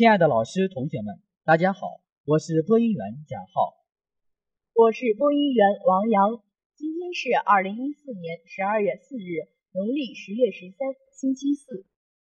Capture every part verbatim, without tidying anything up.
亲爱的老师、同学们，大家好，我是播音员贾浩。 我是播音员王洋。今天是二零一四年十二月四日，农历十月十三，星期四。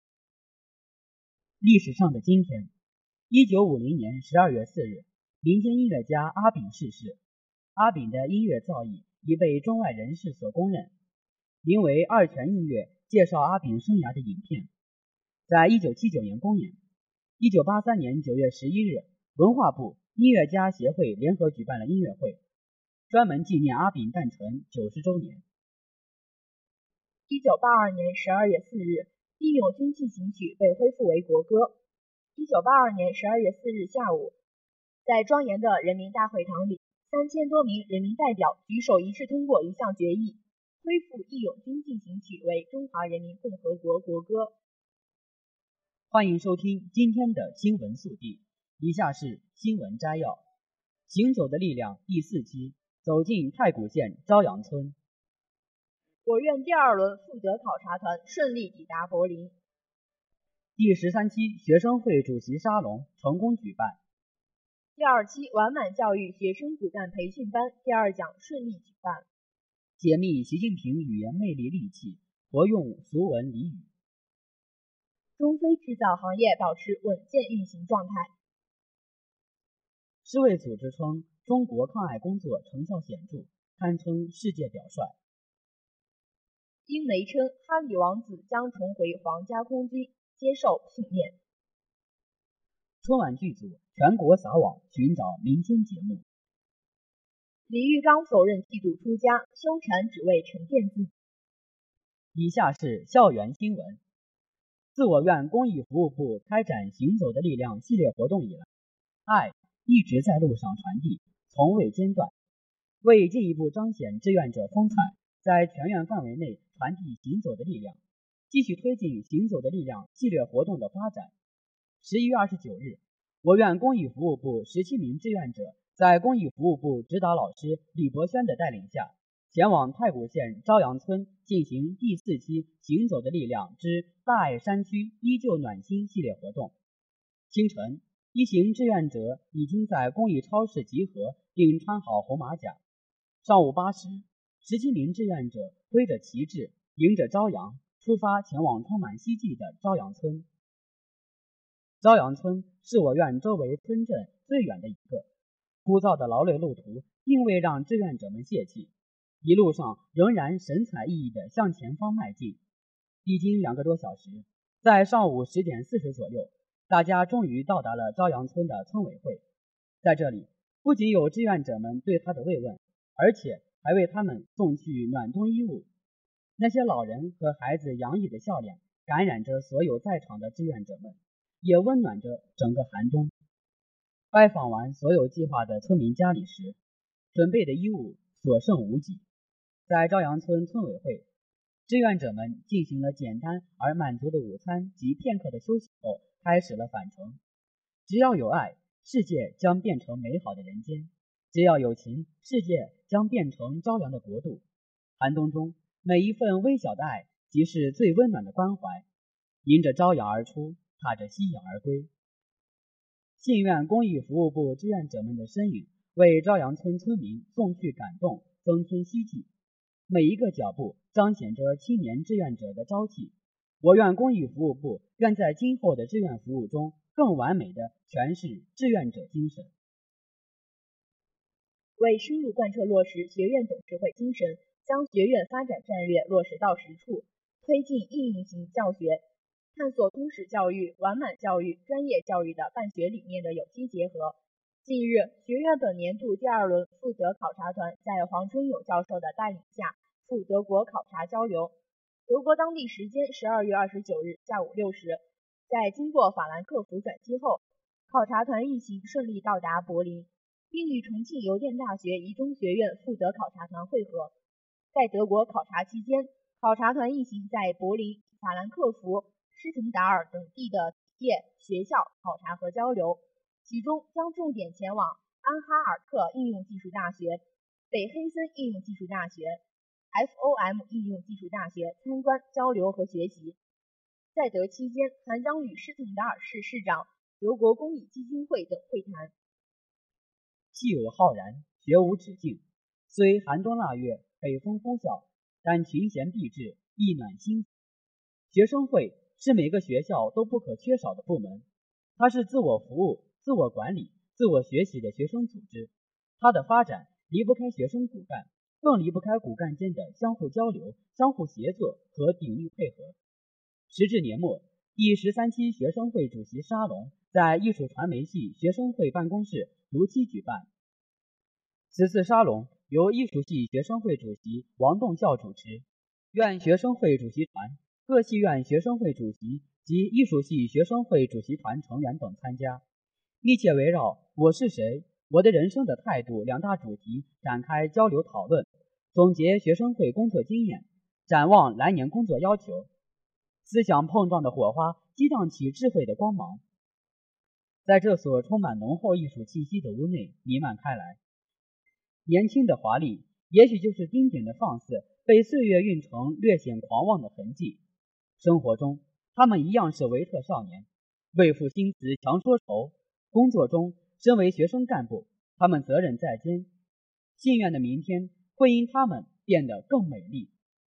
历史上的今天，一九五零年十二月四日，民间音乐家阿炳逝世。阿炳的音乐造诣已被中外人士所公认。名为《二泉映月》介绍阿炳生涯的影片，在一九七九年公演。一九八三年九月十一日，文化部音乐家协会联合举办了音乐会，专门纪念阿炳诞辰九十周年。 一九八二年十二月四日，义勇军进行曲被恢复为国歌。一九八二年十二月四日下午，在庄严的人民大会堂里，三千多名人民代表举手一致通过一项决议，恢复义勇军进行曲为中华人民共和国国歌。 欢迎收听今天的新闻速递，以下是新闻摘要。行走的力量第四期，走进太谷县朝阳村。 我院第二轮妇德考察团顺利抵达柏林。 第十三期学生会主席沙龙成功举办。 第二期完满教育学生骨干培训班第二讲顺利举办。 解密习近平语言魅力利器，活用俗文俚语。 中非制造行业保持稳健运行状态。 世卫组织称，中国抗癌工作成效显著，堪称世界表率。 英媒称，哈里王子将重回皇家空军接受训练。 春晚剧组全国撒网寻找民间节目。 李玉刚否认剃度出家，凶残只为沉淀自己。 以下是校园新闻。自我院公益服务部开展行走的力量系列活动以来，爱一直在路上传递，从未间断。为进一步彰显志愿者风采，在全院范围内传递行走的力量，继续推进行走的力量系列活动的发展。十一月二十九日，我院公益服务部十七名志愿者在公益服务部指导老师李博轩的带领下，前往太谷县朝阳村进行第四期行走的力量之大爱山区依旧暖心系列活动。清晨，一行志愿者已经在公益超市集合并穿好红马甲。上午八时，十七名志愿者挥着旗帜，迎着朝阳出发，前往充满希冀的朝阳村。朝阳村是我院周围村镇最远的一个，枯燥的劳累路途并未让志愿者们泄气，一路上仍然神采奕奕地向前方迈进。历经两个多小时，在上午十点四十左右，大家终于到达了朝阳村的村委会。在这里，不仅有志愿者们对他的慰问，而且还为他们送去暖冬衣物。那些老人和孩子洋溢的笑脸感染着所有在场的志愿者们，也温暖着整个寒冬。拜访完所有计划的村民家里时，准备的衣物所剩无几。在朝阳村村委会，志愿者们进行了简单而满足的午餐及片刻的休息后，开始了返程。只要有爱，世界将变成美好的人间；只要有情，世界将变成朝阳的国度。寒冬中，每一份微小的爱，即是最温暖的关怀。迎着朝阳而出，踏着夕阳而归。信院公益服务部志愿者们的身影，为朝阳村村民送去感动，增添希冀。每一个脚步彰显着青年志愿者的朝气。我院公益服务部愿在今后的志愿服务中，更完美地诠释志愿者精神。 为深入贯彻落实学院董事会精神，将学院发展战略落实到实处，推进应用型教学，探索通识教育、完满教育、专业教育的办学理念的有机结合。近日，学院本年度第二轮妇德考察团在黄春友教授的带领下赴德国考察交流。德国当地时间十二月二十九日下午六时，在经过法兰克福转机后，考察团一行顺利到达柏林，并与重庆邮电大学遗中学院妇德考察团会合。在德国考察期间，考察团一行在柏林、法兰克福、施滕达尔等地的企业、学校考察和交流，其中将重点前往安哈尔特应用技术大学、北黑森应用技术大学、F O M 应用技术大学参观、交流和学习。在德期间，还将与施滕达尔市市长刘国公益基金会等会谈。 气有浩然，学无止境。虽寒冬腊月，北风呼啸，但群贤毕至，意暖心。学生会是每个学校都不可缺少的部门，它是自我服务、自我管理、自我学习的学生组织。它的发展离不开学生骨干，更离不开骨干间的相互交流、相互协作和鼎力配合。时至年末，第十三期学生会主席沙龙在艺术传媒系学生会办公室如期举办。此次沙龙由艺术系学生会主席王栋孝主持，院学生会主席团、各系院学生会主席及艺术系学生会主席团成员等参加，密切围绕我是谁、我的人生的态度两大主题展开交流讨论，总结学生会工作经验，展望来年工作要求。思想碰撞的火花激荡起智慧的光芒，在这所充满浓厚艺术气息的屋内弥漫开来。年轻的华丽，也许就是丁点的放肆被岁月晕成略显狂妄的痕迹。生活中，他们一样是维特少年，为赋新词强说愁。工作中，身为学生干部，他们责任在肩，信愿的明天会因他们变得更美丽。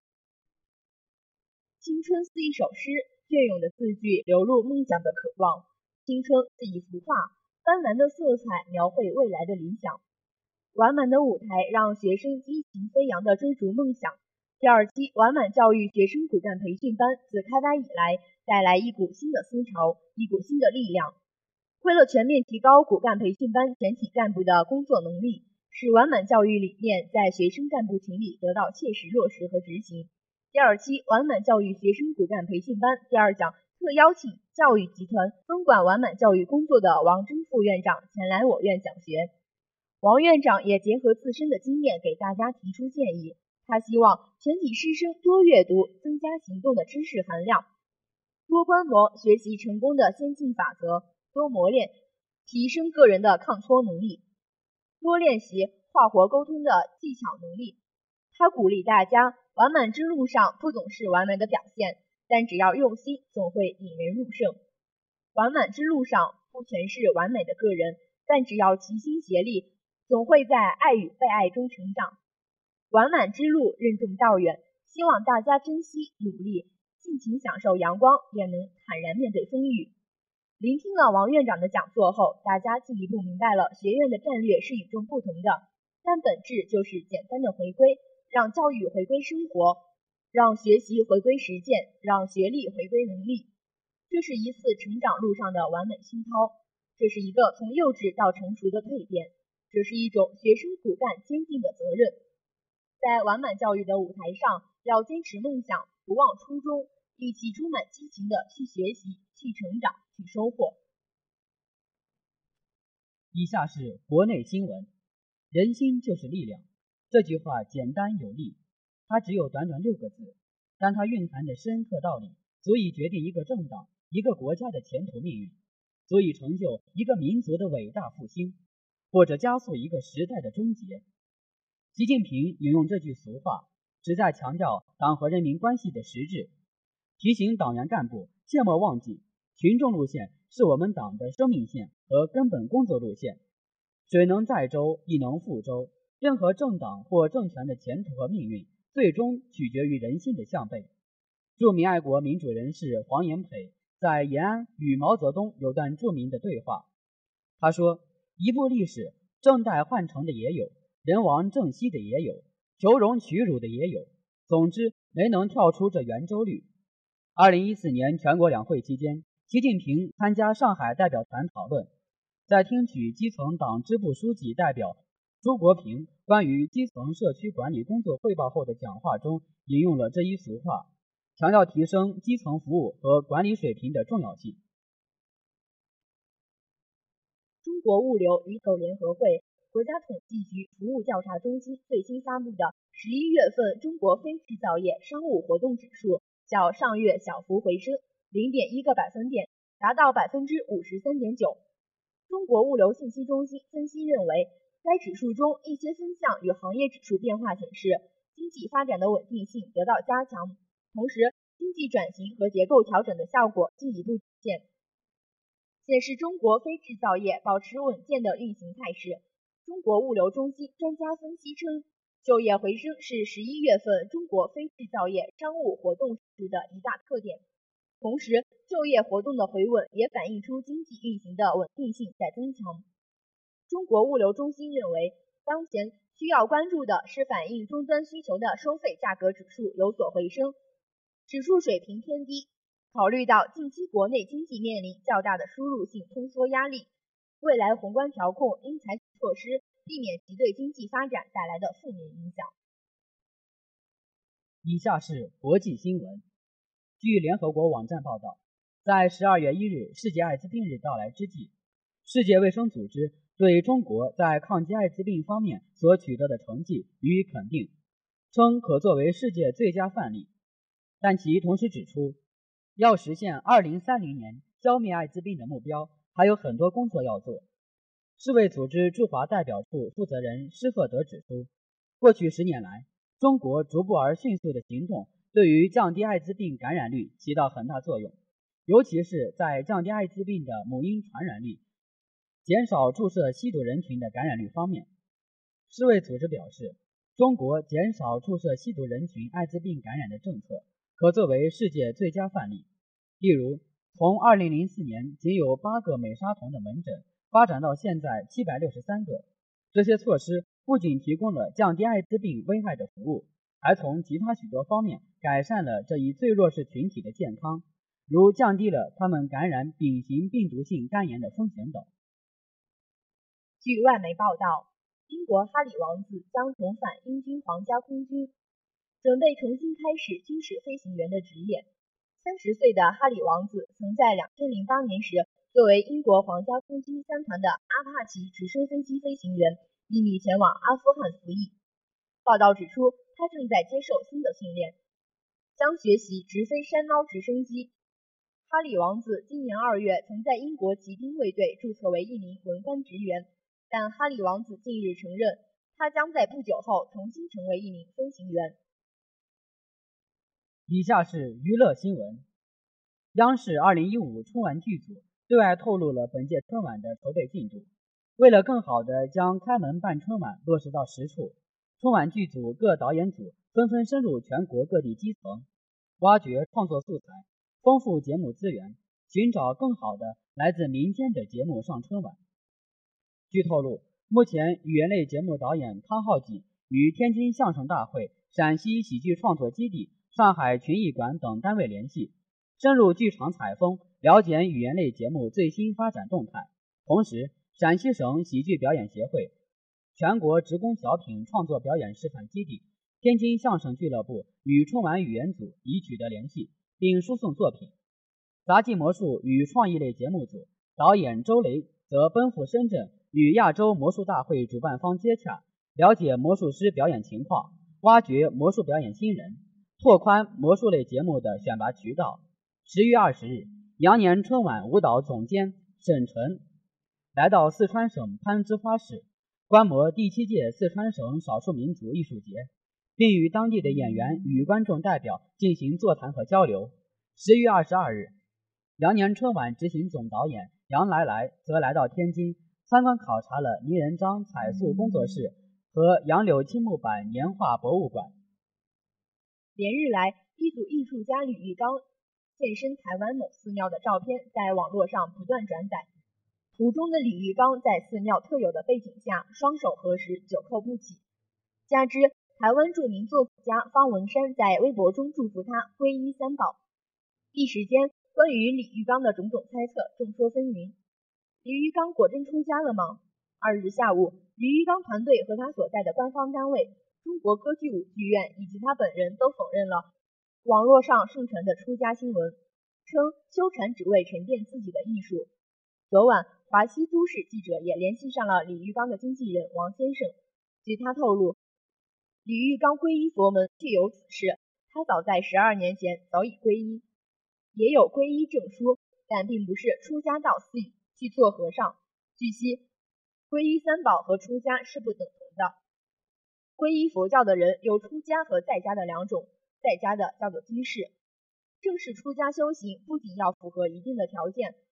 青春似一首诗，隽永的字句流露梦想的渴望。青春似一幅画，斑斓的色彩描绘未来的理想。完满的舞台让学生激情飞扬地追逐梦想。第二期完满教育学生骨干培训班自开班以来，带来一股新的思潮，一股新的力量。为了全面提高骨干培训班全体干部的工作能力，使完满教育理念在学生干部群里得到切实落实和执行。第二期完满教育学生骨干培训班第二讲特邀请教育集团分管完满教育工作的王征副院长前来我院讲学。王院长也结合自身的经验给大家提出建议，他希望全体师生多阅读，增加行动的知识含量，多观摩学习成功的先进法则，多磨练提升个人的抗挫能力，多练习跨活沟通的技巧能力。他鼓励大家，完满之路上不总是完美的表现，但只要用心，总会引人入胜。完满之路上不全是完美的个人，但只要齐心协力，总会在爱与被爱中成长。完满之路任重道远，希望大家珍惜努力，尽情享受阳光，也能坦然面对风雨。聆听了王院长的讲座后，大家进一步明白了学院的战略是与众不同的，但本质就是简单的回归，让教育回归生活，让学习回归实践，让学历回归能力。这是一次成长路上的完美熏陶，这是一个从幼稚到成熟的蜕变，这是一种学生骨干坚定的责任。在完满教育的舞台上，要坚持梦想，不忘初衷，一起充满激情的去学习，去成长，去收获。 以下是国内新闻。人心就是力量，这句话简单有力，它只有短短六个字，但它蕴含的深刻道理，足以决定一个政党、一个国家的前途命运，足以成就一个民族的伟大复兴，或者加速一个时代的终结。习近平引用这句俗话，旨在强调党和人民关系的实质，提醒党员干部切莫忘记，群众路线是我们党的生命线和根本工作路线。水能载舟，亦能覆舟，任何政党或政权的前途和命运，最终取决于人心的向背。著名爱国民主人士黄炎培在延安与毛泽东有段著名的对话，他说：一部历史，正待换成的也有，人亡政息的也有，求荣取辱的也有，总之没能跳出这圆周率。二零一四年全国两会期间，习近平参加上海代表团讨论，在听取基层党支部书记代表朱国平关于基层社区管理工作汇报后的讲话中，引用了这一俗话，强调提升基层服务和管理水平的重要性。 中国物流与狗联合会、国家统计局服务调查中心最新发布的十一月份中国非制造业商务活动指数较上月小幅回升 零点一 个百分点，达到 百分之五十三点九。中国物流信息中心分析认为，该指数中一些分项与行业指数变化显示，经济发展的稳定性得到加强，同时经济转型和结构调整的效果进一步体现。 显示中国非制造业保持稳健的运行态势。中国物流中心专家分析称，就业回升是十一月份中国非制造业商务活动指数的一大特点。同时，就业活动的回稳也反映出经济运行的稳定性在增强。中国物流中心认为，当前需要关注的是反映终端需求的收费价格指数有所回升，指数水平偏低。考虑到近期国内经济面临较大的输入性通缩压力，未来宏观调控应采取措施，避免其对经济发展带来的负面影响。 以下是国际新闻。据联合国网站报道，在十二月一日世界艾滋病日到来之际，世界卫生组织对中国在抗击艾滋病方面所取得的成绩予以肯定，称可作为世界最佳范例。但其同时指出，要实现二零三零年消灭艾滋病的目标，还有很多工作要做。世卫组织驻华代表处负责人施赫德指出，过去十年来，中国逐步而迅速的行动对于降低艾滋病感染率起到很大作用，尤其是在降低艾滋病的母婴传染率、减少注射吸毒人群的感染率方面。世卫组织表示，中国减少注射吸毒人群艾滋病感染的政策可作为世界最佳范例。例如，从二零零四年仅有八个美沙酮的门诊发展到现在七百六十三个。这些措施不仅提供了降低艾滋病危害的服务，还从其他许多方面改善了这一最弱势群体的健康，如降低了他们感染丙型病毒性肝炎的风险等。 据外媒报道，英国哈里王子将重返英军皇家空军，准备重新开始军事飞行员的职业。三十岁的哈里王子曾在两千零八年时作为英国皇家空军三团的阿帕奇直升飞机飞行员秘密前往阿富汗服役。报道指出，他正在接受新的训练，将学习直飞山猫直升机。哈里王子今年二月曾在英国骑兵卫队注册为一名文官职员，但哈里王子近日承认，他将在不久后重新成为一名飞行员。 以下是娱乐新闻。央视二零一五春晚剧组对外透露了本届春晚的筹备进度。为了更好地将开门办春晚落实到实处，春晚剧组各导演组纷纷深入全国各地基层，挖掘创作素材，丰富节目资源，寻找更好的来自民间的节目上春晚。据透露，目前语言类节目导演汤浩纪与天津相声大会、陕西喜剧创作基地、上海群艺馆等单位联系，深入剧场采风，了解语言类节目最新发展动态。同时，陕西省喜剧表演协会、全国职工小品创作表演示范基地、天津相声俱乐部与春晚语言组已取得联系，并输送作品。杂技魔术与创意类节目组导演周雷则奔赴深圳，与亚洲魔术大会主办方接洽，了解魔术师表演情况，挖掘魔术表演新人，拓宽魔术类节目的选拔渠道。十月二十日，羊年春晚舞蹈总监沈晨来到四川省攀枝花市，观摩第七届四川省少数民族艺术节，并与当地的演员与观众代表进行座谈和交流。十月二十二日，羊年春晚执行总导演杨来来则来到天津，参观考察了倪仁章彩塑工作室和杨柳青木板年画博物馆。 连日来，一组艺术家吕玉刚现身台湾某寺庙的照片在网络上不断转载。图中的李玉刚在寺庙特有的背景下，双手合十，久扣不起。加之台湾著名作曲家方文山在微博中祝福他皈依三宝。一时间，关于李玉刚的种种猜测众说纷纭。李玉刚果真出家了吗？二日下午，李玉刚团队和他所在的官方单位中国歌剧舞剧院以及他本人都否认了网络上盛传的出家新闻，称修禅只为沉淀自己的艺术。昨晚，华西都市记者也联系上了李玉刚的经纪人王先生。据他透露，李玉刚皈依佛门确有此事，他早在十二年前早已皈依，也有皈依证书，但并不是出家到寺里去做和尚。据悉，皈依三宝和出家是不等同的。皈依佛教的人有出家和在家的两种，在家的叫做居士。正式出家修行不仅要符合一定的条件，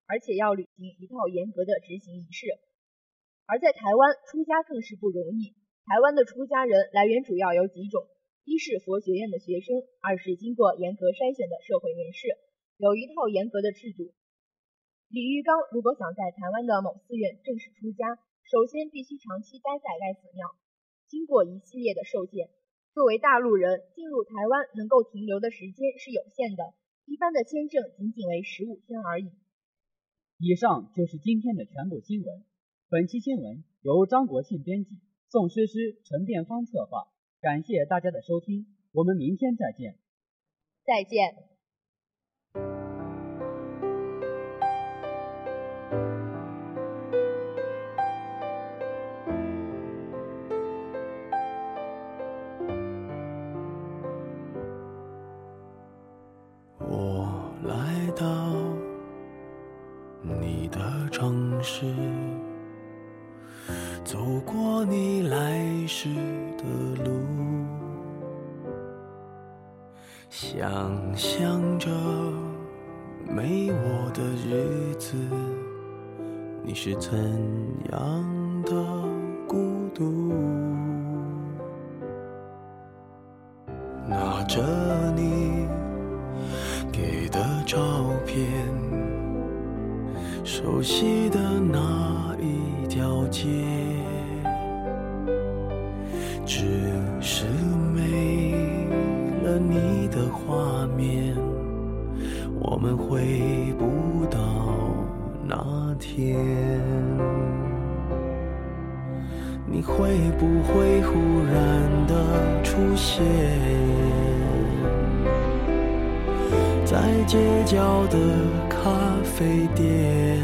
而且要履行一套严格的执行仪式。而在台湾，出家更是不容易。台湾的出家人来源主要有几种，一是佛学院的学生，二是经过严格筛选的社会人士，有一套严格的制度。李玉刚如果想在台湾的某寺院正式出家，首先必须长期待在该寺庙，经过一系列的受戒。作为大陆人，进入台湾能够停留的时间是有限的，一般的签证仅仅为十五天而已。 以上就是今天的全部新闻。本期新闻由张国庆编辑，宋诗诗、陈变芳策划。感谢大家的收听，我们明天再见。 再见。 我来到你的城市，走过你来时的路，想象着没我的日子，你是怎样的孤独。拿着你给的照片，熟悉的那一条街，只是没了你的画面，我们回不到那天。你会不会忽然的出现在街角的咖啡店？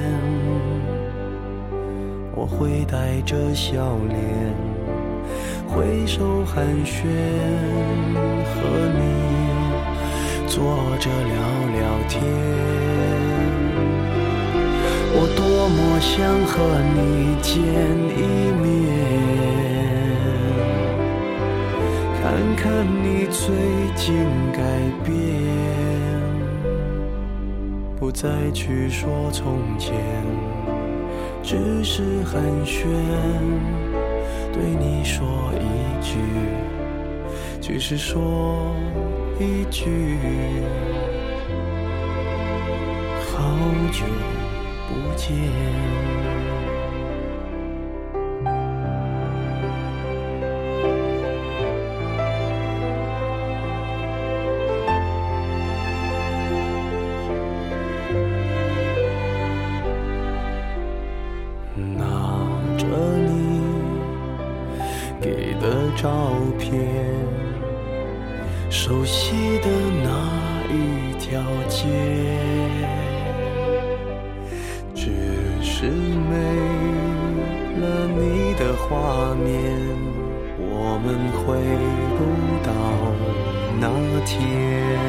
我会带着笑脸挥手寒暄，和你坐着聊聊天。我多么想和你见一面，看看你最近改变，不再去说从前，只是寒暄，对你说一句，只是说一句，好久不见。照片，熟悉的那一条街，只是没了你的画面，我们回不到那天。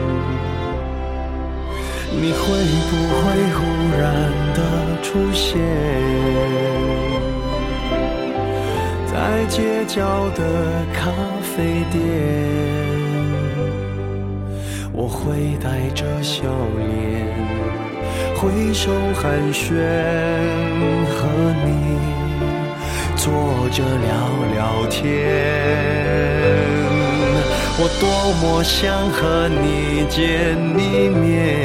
你会不会忽然的出现在街角的咖啡店？我会带着笑脸挥手寒暄，和你坐着聊聊天。我多么想和你见一面，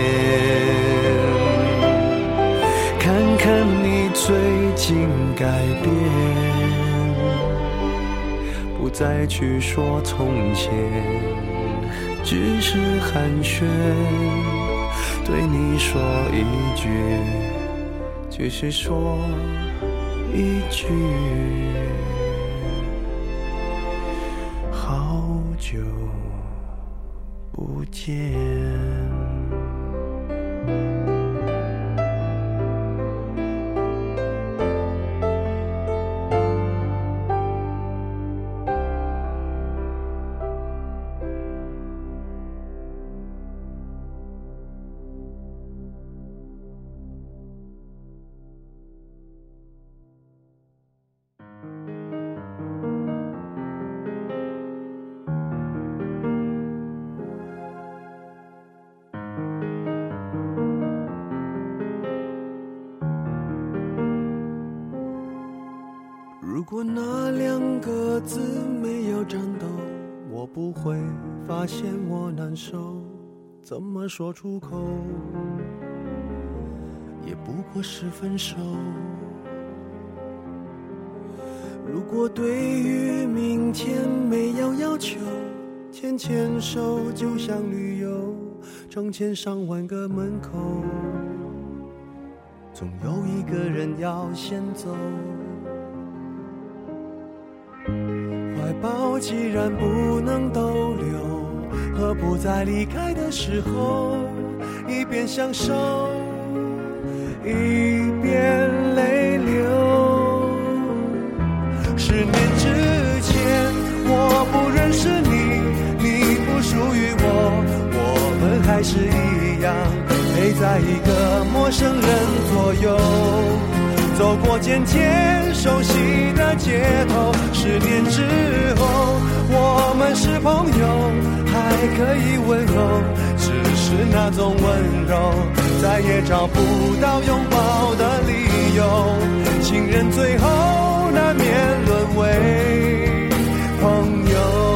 看看你最近改变，不再去说从前，只是寒暄，对你说一句，只是说一句，好久不见。 如果那两个字没有颤抖，我不会发现我难受，怎么说出口，也不过是分手。如果对于明天没有要求，牵牵手就像旅游，成千上万个门口，总有一个人要先走。怀抱既然不能逗留，何不在离开的时候一边享受一边泪流。十年之前我不认识你，你不属于我，我们还是一样陪在一个陌生人左右，走过渐渐熟悉的街头。十年之后我们是朋友，还可以温柔，只是那种温柔再也找不到拥抱的理由。情人最后难免沦为朋友。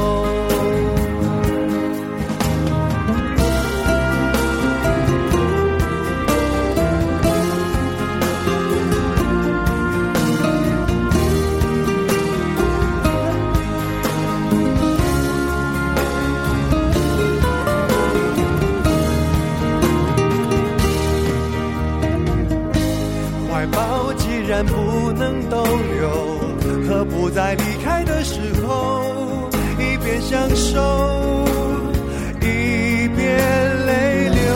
怀抱既然不能逗留，何不在离开的时候一边享受一边泪流。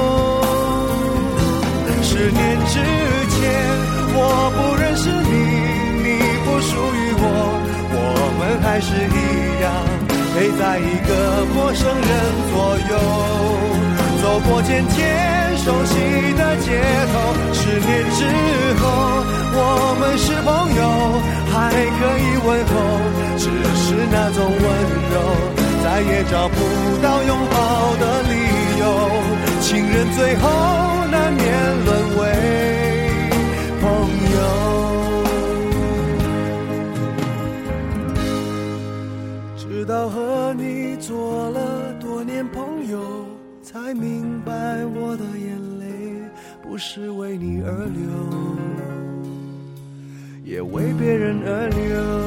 十年之前我不认识你，你不属于我，我们还是一样陪在一个陌生人左右，走过渐渐熟悉的街头。十年之后我们是朋友，还可以问候，只是那种温柔再也找不到拥抱的理由。情人最后难免沦为朋友。直到和你做了多年朋友，才明白我的眼泪不是为你而流，也为别人而流。